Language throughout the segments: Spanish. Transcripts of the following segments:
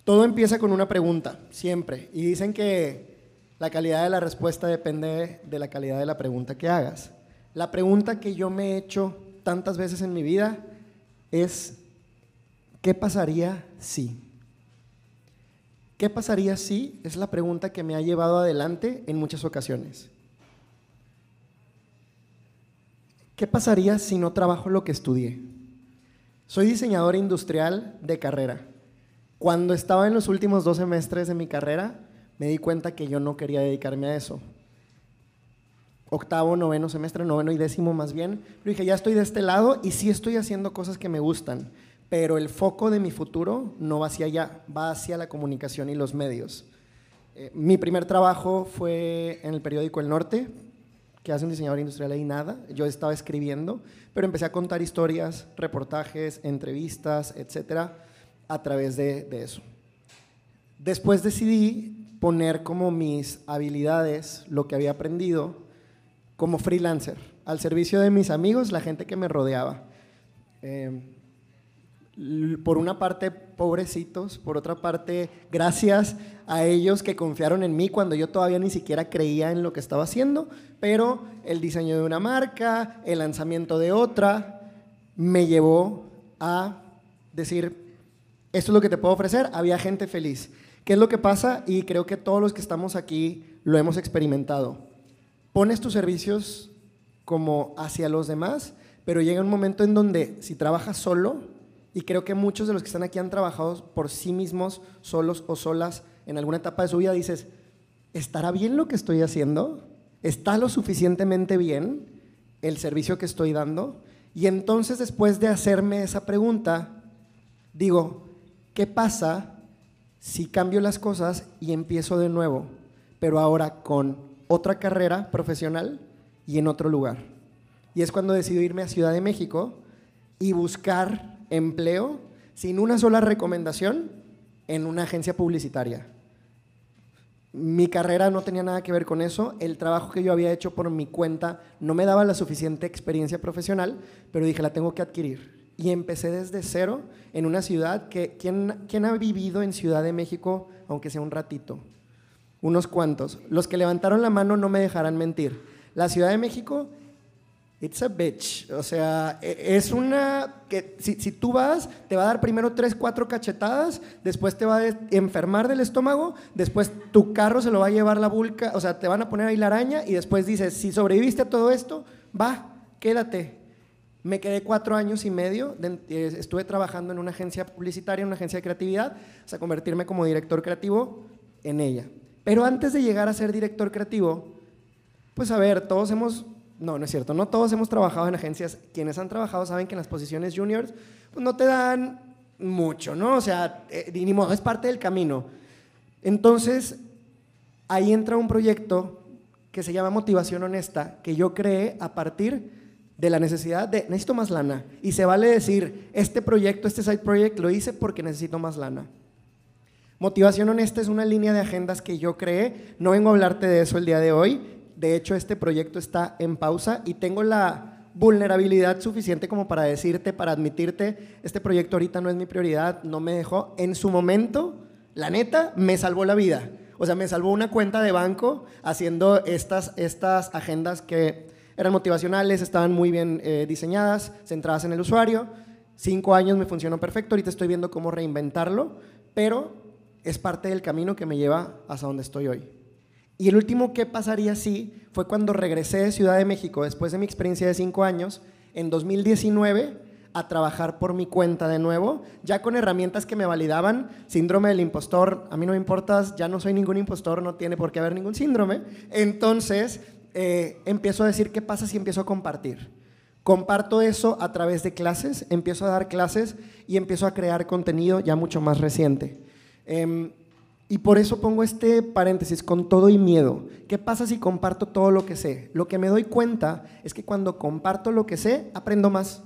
Todo empieza con una pregunta, siempre. Y dicen que la calidad de la respuesta depende de la calidad de la pregunta que hagas. La pregunta que yo me he hecho tantas veces en mi vida es, ¿qué pasaría si? ¿Qué pasaría si? Es la pregunta que me ha llevado adelante en muchas ocasiones. ¿Qué pasaría si no trabajo lo que estudié? Soy diseñador industrial de carrera. Cuando estaba en los últimos 2 semestres de mi carrera, me di cuenta que yo no quería dedicarme a eso. Octavo, noveno semestre, noveno y décimo más bien, pero dije, ya estoy de este lado y sí estoy haciendo cosas que me gustan, pero el foco de mi futuro no va hacia allá, va hacia la comunicación y los medios. Mi primer trabajo fue en el periódico El Norte, que hace un diseñador industrial ahí nada. Yo estaba escribiendo, pero empecé a contar historias, reportajes, entrevistas, etcétera, a través de eso. Después decidí poner como mis habilidades, lo que había aprendido, como freelancer, al servicio de mis amigos, la gente que me rodeaba. Por una parte, pobrecitos, por otra parte, gracias a ellos que confiaron en mí cuando yo todavía ni siquiera creía en lo que estaba haciendo, pero el diseño de una marca, el lanzamiento de otra, me llevó a decir, esto es lo que te puedo ofrecer. Había gente feliz. ¿Qué es lo que pasa? Y creo que todos los que estamos aquí lo hemos experimentado. Pones tus servicios como hacia los demás, pero llega un momento en donde si trabajas solo, y creo que muchos de los que están aquí han trabajado por sí mismos, solos o solas, en alguna etapa de su vida, dices, ¿estará bien lo que estoy haciendo? ¿Está lo suficientemente bien el servicio que estoy dando? Y entonces, después de hacerme esa pregunta, digo, ¿qué pasa si cambio las cosas y empiezo de nuevo, pero ahora con otra carrera profesional y en otro lugar? Y es cuando decido irme a Ciudad de México y buscar empleo sin una sola recomendación en una agencia publicitaria. Mi carrera no tenía nada que ver con eso, el trabajo que yo había hecho por mi cuenta no me daba la suficiente experiencia profesional, pero dije, la tengo que adquirir. Y empecé desde cero en una ciudad que, ¿quién ha vivido en Ciudad de México, aunque sea un ratito? Unos cuantos. Los que levantaron la mano no me dejarán mentir. La Ciudad de México, it's a bitch. O sea, es una que si tú vas, te va a dar primero 3, 4 cachetadas, después te va a enfermar del estómago, después tu carro se lo va a llevar la vulca, o sea, te van a poner ahí la araña y después dices, si sobreviviste a todo esto, va, quédate. Me quedé 4 años y medio, estuve trabajando en una agencia publicitaria, en una agencia de creatividad, hasta convertirme como director creativo en ella. Pero antes de llegar a ser director creativo, pues a ver, todos hemos, no es cierto, no todos hemos trabajado en agencias. Quienes han trabajado saben que en las posiciones juniors pues no te dan mucho, ¿no? O sea, ni modo, es parte del camino. Entonces, ahí entra un proyecto que se llama Motivación Honesta, que yo creé a partir de la necesidad de, necesito más lana. Y se vale decir, este proyecto, este side project lo hice porque necesito más lana. Motivación Honesta es una línea de agendas que yo creé. No vengo a hablarte de eso el día de hoy. De hecho, este proyecto está en pausa y tengo la vulnerabilidad suficiente como para decirte, para admitirte, este proyecto ahorita no es mi prioridad, no me dejó. En su momento, la neta, me salvó la vida. O sea, me salvó una cuenta de banco haciendo estas agendas que eran motivacionales, estaban muy bien diseñadas, centradas en el usuario. 5 años me funcionó perfecto, ahorita estoy viendo cómo reinventarlo, pero es parte del camino que me lleva hasta donde estoy hoy. Y el último ¿qué pasaría si? Fue cuando regresé de Ciudad de México, después de mi experiencia de 5 años, en 2019, a trabajar por mi cuenta de nuevo, ya con herramientas que me validaban, síndrome del impostor, a mí no me importa, ya no soy ningún impostor, no tiene por qué haber ningún síndrome. Entonces empiezo a decir, ¿qué pasa si empiezo a compartir? Comparto eso a través de clases, empiezo a dar clases y empiezo a crear contenido ya mucho más reciente. Y por eso pongo este paréntesis, con todo y miedo. ¿Qué pasa si comparto todo lo que sé? Lo que me doy cuenta es que cuando comparto lo que sé, aprendo más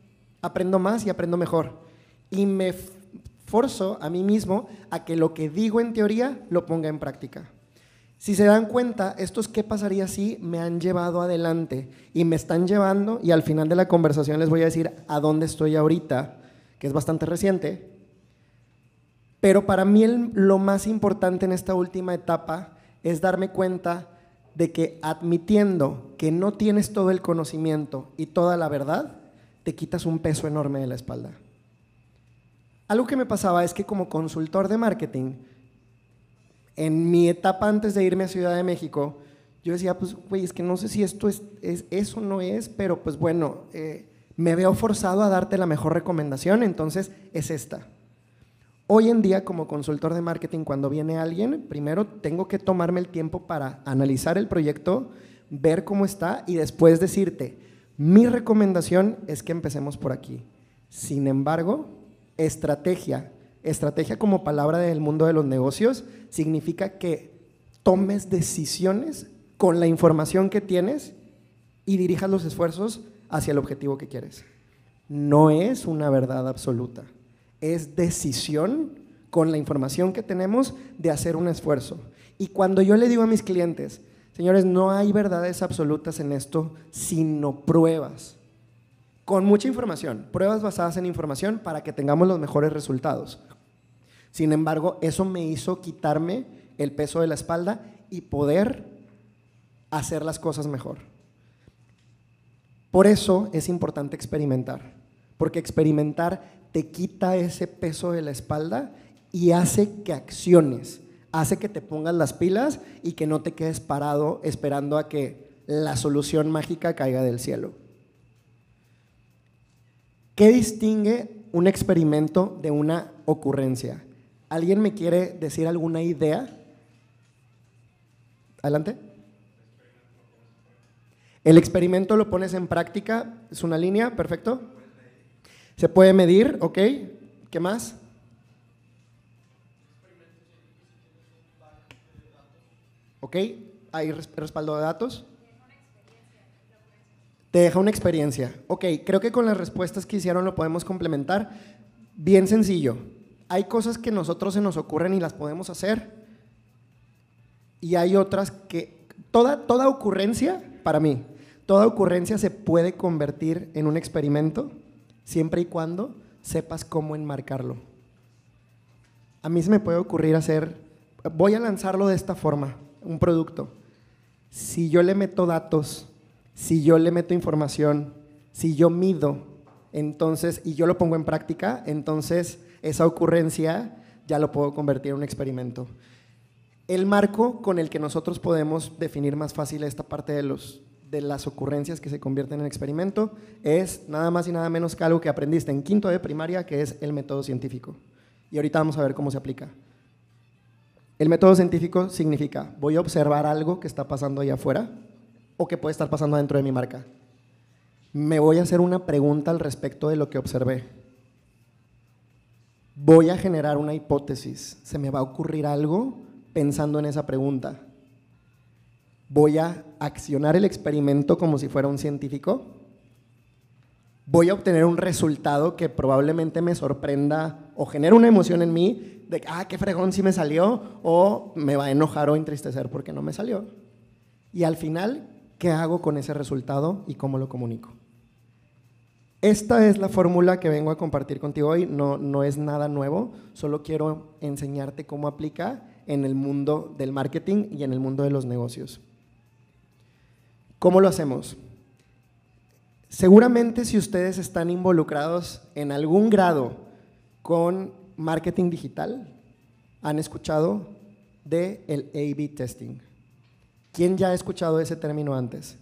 y aprendo mejor. Y me forzo a mí mismo a que lo que digo en teoría lo ponga en práctica. Si se dan cuenta, estos ¿qué pasaría si? Me han llevado adelante y me están llevando, y al final de la conversación les voy a decir a dónde estoy ahorita, que es bastante reciente. Pero para mí lo más importante en esta última etapa es darme cuenta de que admitiendo que no tienes todo el conocimiento y toda la verdad, te quitas un peso enorme de la espalda. Algo que me pasaba es que como consultor de marketing, en mi etapa antes de irme a Ciudad de México, yo decía, pues, güey, es que no sé si esto es eso no es, pero pues bueno, me veo forzado a darte la mejor recomendación, entonces es esta. Hoy en día, como consultor de marketing, cuando viene alguien, primero tengo que tomarme el tiempo para analizar el proyecto, ver cómo está y después decirte, mi recomendación es que empecemos por aquí. Sin embargo, estrategia como palabra del mundo de los negocios significa que tomes decisiones con la información que tienes y dirijas los esfuerzos hacia el objetivo que quieres. No es una verdad absoluta, es decisión con la información que tenemos de hacer un esfuerzo. Y cuando yo le digo a mis clientes, señores, no hay verdades absolutas en esto, sino pruebas. Con mucha información, pruebas basadas en información para que tengamos los mejores resultados. Sin embargo, eso me hizo quitarme el peso de la espalda y poder hacer las cosas mejor. Por eso es importante experimentar, porque experimentar te quita ese peso de la espalda y hace que acciones, hace que te pongas las pilas y que no te quedes parado esperando a que la solución mágica caiga del cielo. ¿Qué distingue un experimento de una ocurrencia? ¿Alguien me quiere decir alguna idea? Adelante. El experimento lo pones en práctica, es una línea, perfecto. Se puede medir, ok. ¿Qué más? Ok, hay respaldo de datos. Te deja una experiencia. Ok, creo que con las respuestas que hicieron lo podemos complementar. Bien sencillo. Hay cosas que nosotros se nos ocurren y las podemos hacer. Y hay otras que… Toda ocurrencia, para mí, toda ocurrencia se puede convertir en un experimento siempre y cuando sepas cómo enmarcarlo. A mí se me puede ocurrir hacer… Voy a lanzarlo de esta forma, un producto. Si yo le meto datos… Si yo le meto información, si yo mido, entonces, y yo lo pongo en práctica, entonces esa ocurrencia ya lo puedo convertir en un experimento. El marco con el que nosotros podemos definir más fácil esta parte de las ocurrencias que se convierten en experimento es nada más y nada menos que algo que aprendiste en quinto de primaria, que es el método científico. Y ahorita vamos a ver cómo se aplica. El método científico significa, voy a observar algo que está pasando allá afuera, o que puede estar pasando dentro de mi marca. Me voy a hacer una pregunta al respecto de lo que observé. Voy a generar una hipótesis. Se me va a ocurrir algo pensando en esa pregunta. Voy a accionar el experimento como si fuera un científico. Voy a obtener un resultado que probablemente me sorprenda o genere una emoción en mí de qué fregón si me salió, o me va a enojar o entristecer porque no me salió. Y al final, ¿qué hago con ese resultado y cómo lo comunico? Esta es la fórmula que vengo a compartir contigo hoy, no es nada nuevo, solo quiero enseñarte cómo aplica en el mundo del marketing y en el mundo de los negocios. ¿Cómo lo hacemos? Seguramente si ustedes están involucrados en algún grado con marketing digital, han escuchado del A/B testing. ¿Quién ya ha escuchado ese término antes?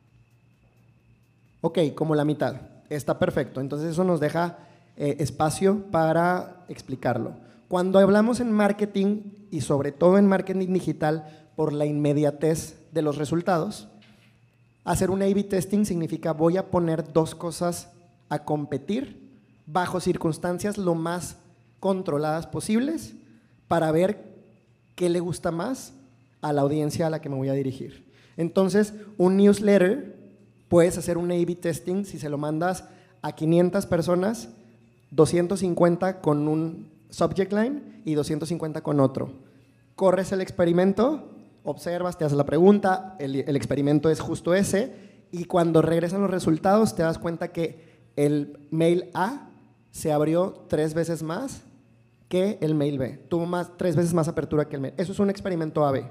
Ok, como la mitad. Está perfecto. Entonces eso nos deja espacio para explicarlo. Cuando hablamos en marketing y sobre todo en marketing digital por la inmediatez de los resultados, hacer un A/B testing significa voy a poner dos cosas a competir bajo circunstancias lo más controladas posibles para ver qué le gusta más a la audiencia a la que me voy a dirigir. Entonces, un newsletter, puedes hacer un A/B testing si se lo mandas a 500 personas, 250 con un subject line y 250 con otro. Corres el experimento, observas, te haces la pregunta, el experimento es justo ese, y cuando regresan los resultados te das cuenta que el mail A se abrió 3 veces más que el mail B. Tuvo 3 veces más apertura que el mail. Eso es un experimento A/B.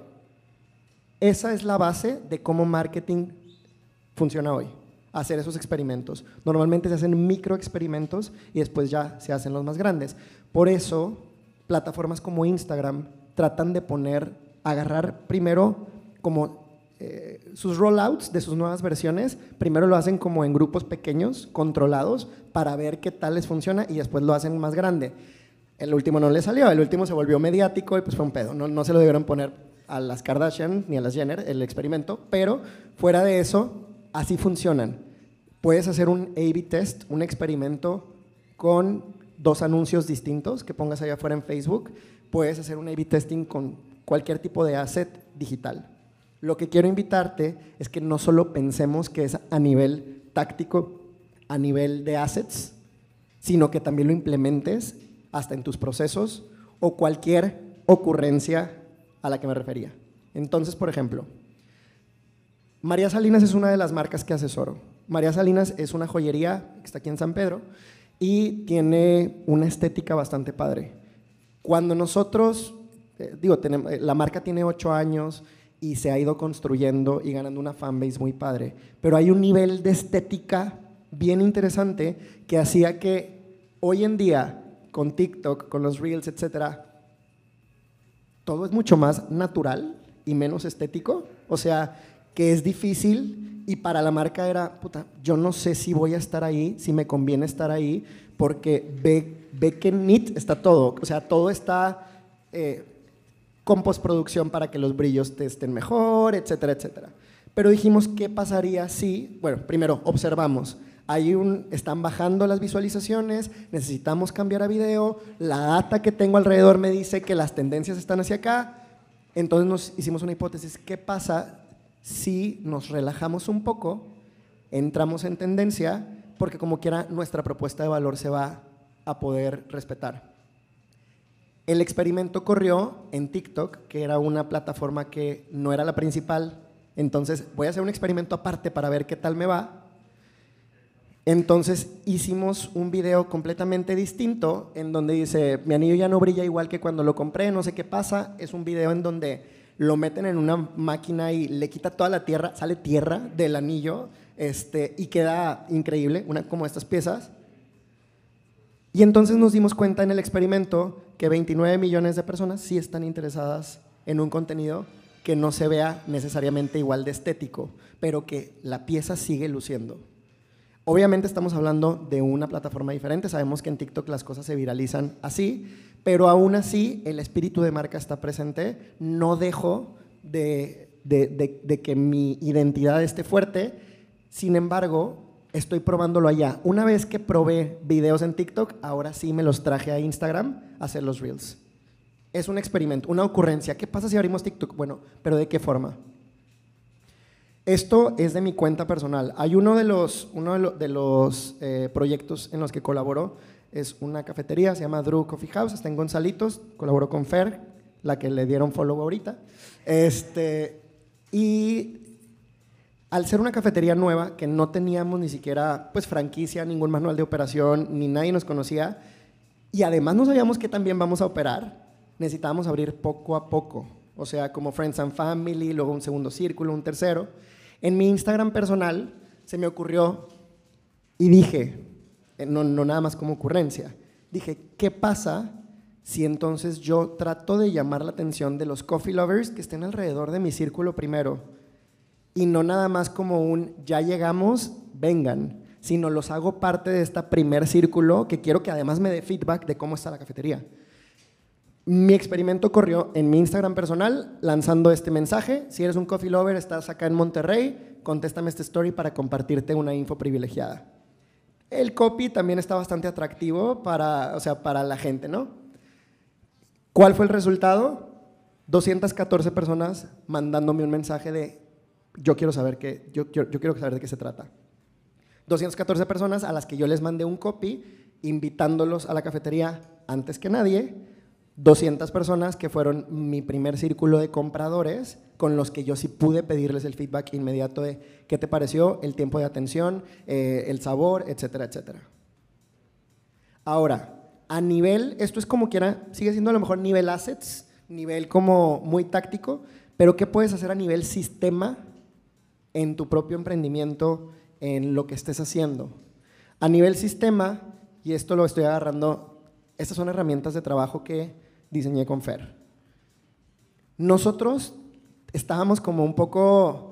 Esa es la base de cómo marketing funciona hoy. Hacer esos experimentos. Normalmente se hacen microexperimentos y después ya se hacen los más grandes. Por eso, plataformas como Instagram tratan de agarrar primero como sus rollouts de sus nuevas versiones, primero lo hacen como en grupos pequeños, controlados, para ver qué tal les funciona y después lo hacen más grande. El último no le salió, el último se volvió mediático y pues fue un pedo. No se lo debieron poner a las Kardashian ni a las Jenner el experimento, pero fuera de eso, así funcionan. Puedes hacer un A/B test, un experimento con 2 anuncios distintos que pongas allá afuera en Facebook. Puedes hacer un A/B testing con cualquier tipo de asset digital. Lo que quiero invitarte es que no solo pensemos que es a nivel táctico, a nivel de assets, sino que también lo implementes hasta en tus procesos o cualquier ocurrencia a la que me refería. Entonces, por ejemplo, María Salinas es una de las marcas que asesoro. María Salinas es una joyería que está aquí en San Pedro y tiene una estética bastante padre. Cuando nosotros, la marca tiene 8 años y se ha ido construyendo y ganando una fanbase muy padre, pero hay un nivel de estética bien interesante que hacía que hoy en día, con TikTok, con los Reels, etcétera, todo es mucho más natural y menos estético. O sea, que es difícil y para la marca era, puta, yo no sé si voy a estar ahí, si me conviene estar ahí, porque ve que neat está todo. O sea, todo está con postproducción para que los brillos te estén mejor, etcétera, etcétera. Pero dijimos, ¿qué pasaría si, bueno, primero observamos, están bajando las visualizaciones, necesitamos cambiar a video, la data que tengo alrededor me dice que las tendencias están hacia acá, entonces nos hicimos una hipótesis, ¿qué pasa si nos relajamos un poco, entramos en tendencia, porque como quiera nuestra propuesta de valor se va a poder respetar? El experimento corrió en TikTok, que era una plataforma que no era la principal, entonces voy a hacer un experimento aparte para ver qué tal me va. Entonces hicimos un video completamente distinto en donde dice, mi anillo ya no brilla igual que cuando lo compré, no sé qué pasa. Es un video en donde lo meten en una máquina y le quita toda la tierra, sale tierra del anillo y queda increíble, como estas piezas. Y entonces nos dimos cuenta en el experimento que 29 millones de personas sí están interesadas en un contenido que no se vea necesariamente igual de estético, pero que la pieza sigue luciendo. Obviamente estamos hablando de una plataforma diferente, sabemos que en TikTok las cosas se viralizan así, pero aún así el espíritu de marca está presente, no dejo de que mi identidad esté fuerte, sin embargo, estoy probándolo allá. Una vez que probé videos en TikTok, ahora sí me los traje a Instagram a hacer los Reels. Es un experimento, una ocurrencia. ¿Qué pasa si abrimos TikTok? Bueno, pero ¿de qué forma? Esto es de mi cuenta personal. Hay uno de los proyectos en los que colaboro, es una cafetería, se llama Drew Coffee House, está en Gonzalitos, colaboro con Fer, la que le dieron follow ahorita. Y al ser una cafetería nueva, que no teníamos ni siquiera pues, franquicia, ningún manual de operación, ni nadie nos conocía, y además no sabíamos que también vamos a operar, necesitábamos abrir poco a poco. O sea, como Friends and Family, luego un segundo círculo, un tercero. En mi Instagram personal se me ocurrió y dije, no nada más como ocurrencia, dije, ¿qué pasa si entonces yo trato de llamar la atención de los coffee lovers que estén alrededor de mi círculo primero? Y no nada más como ya llegamos, vengan, sino los hago parte de este primer círculo que quiero que además me dé feedback de cómo está la cafetería. Mi experimento corrió en mi Instagram personal lanzando este mensaje: si eres un coffee lover, estás acá en Monterrey, contéstame este story para compartirte una info privilegiada. El copy también está bastante atractivo para la gente, ¿no? ¿Cuál fue el resultado? 214 personas mandándome un mensaje de yo quiero saber yo quiero saber de qué se trata. 214 personas a las que yo les mandé un copy invitándolos a la cafetería antes que nadie. 200 personas que fueron mi primer círculo de compradores con los que yo sí pude pedirles el feedback inmediato de qué te pareció, el tiempo de atención, el sabor, etcétera, etcétera. Ahora, A nivel, esto es como quiera, sigue siendo a lo mejor nivel assets, nivel como muy táctico, pero ¿qué puedes hacer a nivel sistema en tu propio emprendimiento, en lo que estés haciendo? A nivel sistema, y esto lo estoy agarrando, estas son herramientas de trabajo que diseñé con Fer. Nosotros estábamos como un poco,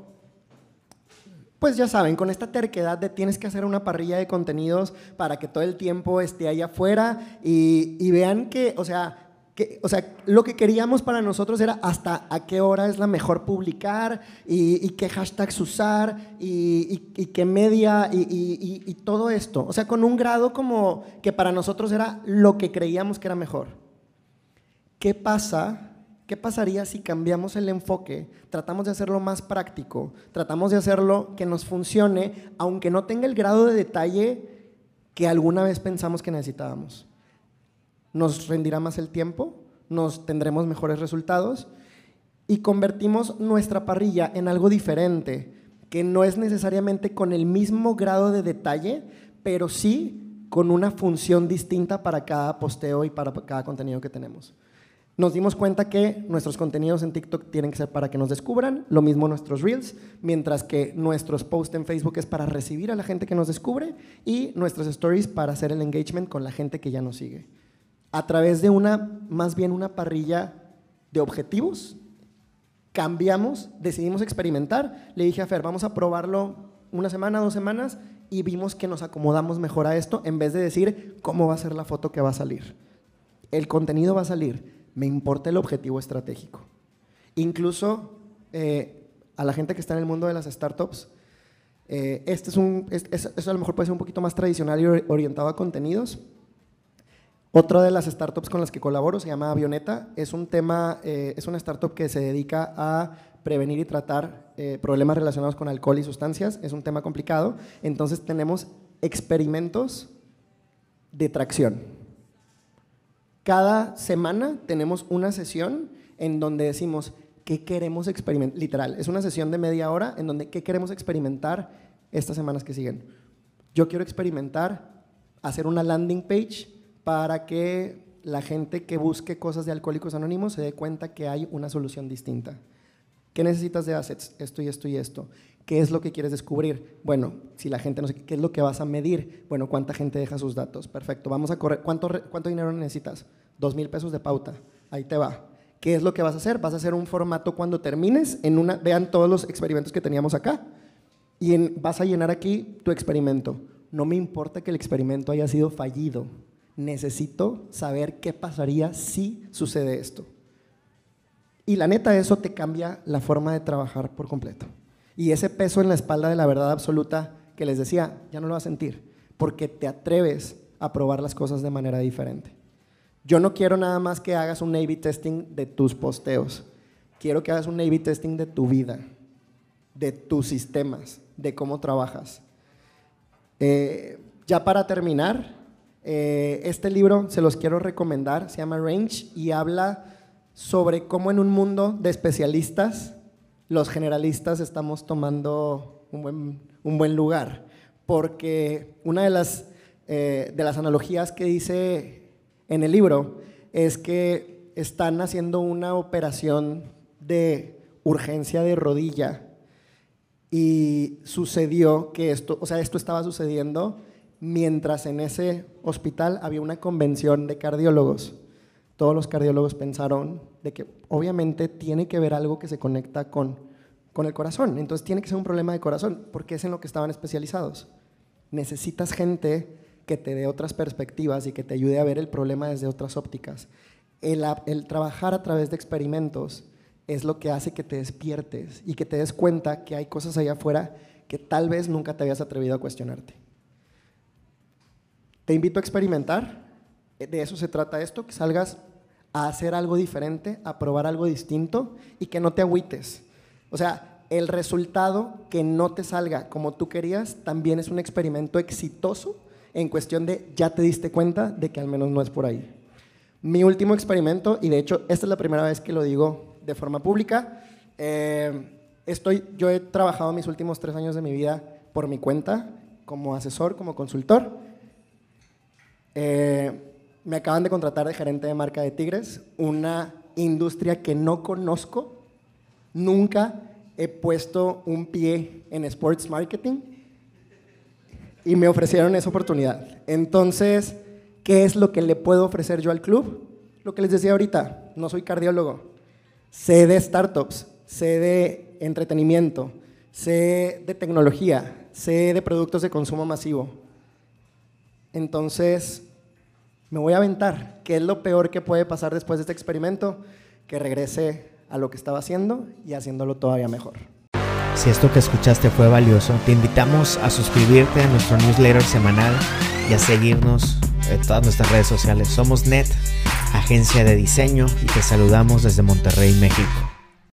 pues ya saben, con esta terquedad de tienes que hacer una parrilla de contenidos para que todo el tiempo esté allá afuera y vean que, o sea, lo que queríamos para nosotros era hasta a qué hora es la mejor publicar y qué hashtags usar y qué media y todo esto. O sea, con un grado como que para nosotros era lo que creíamos que era mejor. ¿Qué pasa? ¿Qué pasaría si cambiamos el enfoque, tratamos de hacerlo más práctico, tratamos de hacerlo que nos funcione, aunque no tenga el grado de detalle que alguna vez pensamos que necesitábamos? Nos rendirá más el tiempo, nos tendremos mejores resultados y convertimos nuestra parrilla en algo diferente, que no es necesariamente con el mismo grado de detalle, pero sí con una función distinta para cada posteo y para cada contenido que tenemos. Nos dimos cuenta que nuestros contenidos en TikTok tienen que ser para que nos descubran, lo mismo nuestros Reels, mientras que nuestros posts en Facebook es para recibir a la gente que nos descubre y nuestros Stories para hacer el engagement con la gente que ya nos sigue. A través de más bien una parrilla de objetivos, cambiamos, decidimos experimentar. Le dije a Fer, vamos a probarlo una semana, 2 semanas y vimos que nos acomodamos mejor a esto en vez de decir cómo va a ser la foto que va a salir. El contenido va a salir. Me importa el objetivo estratégico. Incluso a la gente que está en el mundo de las startups, eso a lo mejor puede ser un poquito más tradicional y orientado a contenidos. Otra de las startups con las que colaboro se llama Avioneta. Es una startup que se dedica a prevenir y tratar problemas relacionados con alcohol y sustancias. Es un tema complicado. Entonces tenemos experimentos de tracción. Cada semana tenemos una sesión en donde decimos qué queremos experimentar, literal, es una sesión de media hora en donde qué queremos experimentar estas semanas que siguen. Yo quiero experimentar hacer una landing page para que la gente que busque cosas de Alcohólicos Anónimos se dé cuenta que hay una solución distinta. ¿Qué necesitas de assets? Esto y esto y esto. ¿Qué es lo que quieres descubrir? Bueno, si la gente no sé qué es lo que vas a medir. Bueno, ¿cuánta gente deja sus datos? Perfecto, vamos a correr. ¿Cuánto dinero necesitas? 2,000 pesos de pauta. Ahí te va. ¿Qué es lo que vas a hacer? Vas a hacer un formato cuando termines. Vean todos los experimentos que teníamos acá. Y vas a llenar aquí tu experimento. No me importa que el experimento haya sido fallido. Necesito saber qué pasaría si sucede esto. Y la neta, eso te cambia la forma de trabajar por completo. Y ese peso en la espalda de la verdad absoluta que les decía, ya no lo vas a sentir, porque te atreves a probar las cosas de manera diferente. Yo no quiero nada más que hagas un A/B testing de tus posteos. Quiero que hagas un A/B testing de tu vida, de tus sistemas, de cómo trabajas. Ya para terminar, este libro se los quiero recomendar, se llama Range y habla sobre cómo en un mundo de especialistas, los generalistas estamos tomando un buen lugar, porque una de las analogías que dice en el libro es que están haciendo una operación de urgencia de rodilla y sucedió que esto estaba sucediendo mientras en ese hospital había una convención de cardiólogos. Todos los cardiólogos pensaron de que obviamente tiene que ver algo que se conecta con el corazón, entonces tiene que ser un problema de corazón, porque es en lo que estaban especializados. Necesitas gente que te dé otras perspectivas y que te ayude a ver el problema desde otras ópticas. El trabajar a través de experimentos es lo que hace que te despiertes y que te des cuenta que hay cosas allá afuera que tal vez nunca te habías atrevido a cuestionarte. Te invito a experimentar, de eso se trata esto, que salgas a hacer algo diferente, a probar algo distinto y que no te agüites. O sea, el resultado que no te salga como tú querías también es un experimento exitoso en cuestión de ya te diste cuenta de que al menos no es por ahí. Mi último experimento, y de hecho esta es la primera vez que lo digo de forma pública, yo he trabajado mis últimos 3 años de mi vida por mi cuenta, como asesor, como consultor. Me acaban de contratar de gerente de marca de Tigres, una industria que no conozco. Nunca he puesto un pie en sports marketing y me ofrecieron esa oportunidad. Entonces, ¿qué es lo que le puedo ofrecer yo al club? Lo que les decía ahorita, no soy cardiólogo. Sé de startups, sé de entretenimiento, sé de tecnología, sé de productos de consumo masivo. Entonces, me voy a aventar. ¿Qué es lo peor que puede pasar después de este experimento? Que regrese a lo que estaba haciendo y haciéndolo todavía mejor. Si esto que escuchaste fue valioso, te invitamos a suscribirte a nuestro newsletter semanal y a seguirnos en todas nuestras redes sociales. Somos NET, agencia de diseño, y te saludamos desde Monterrey, México.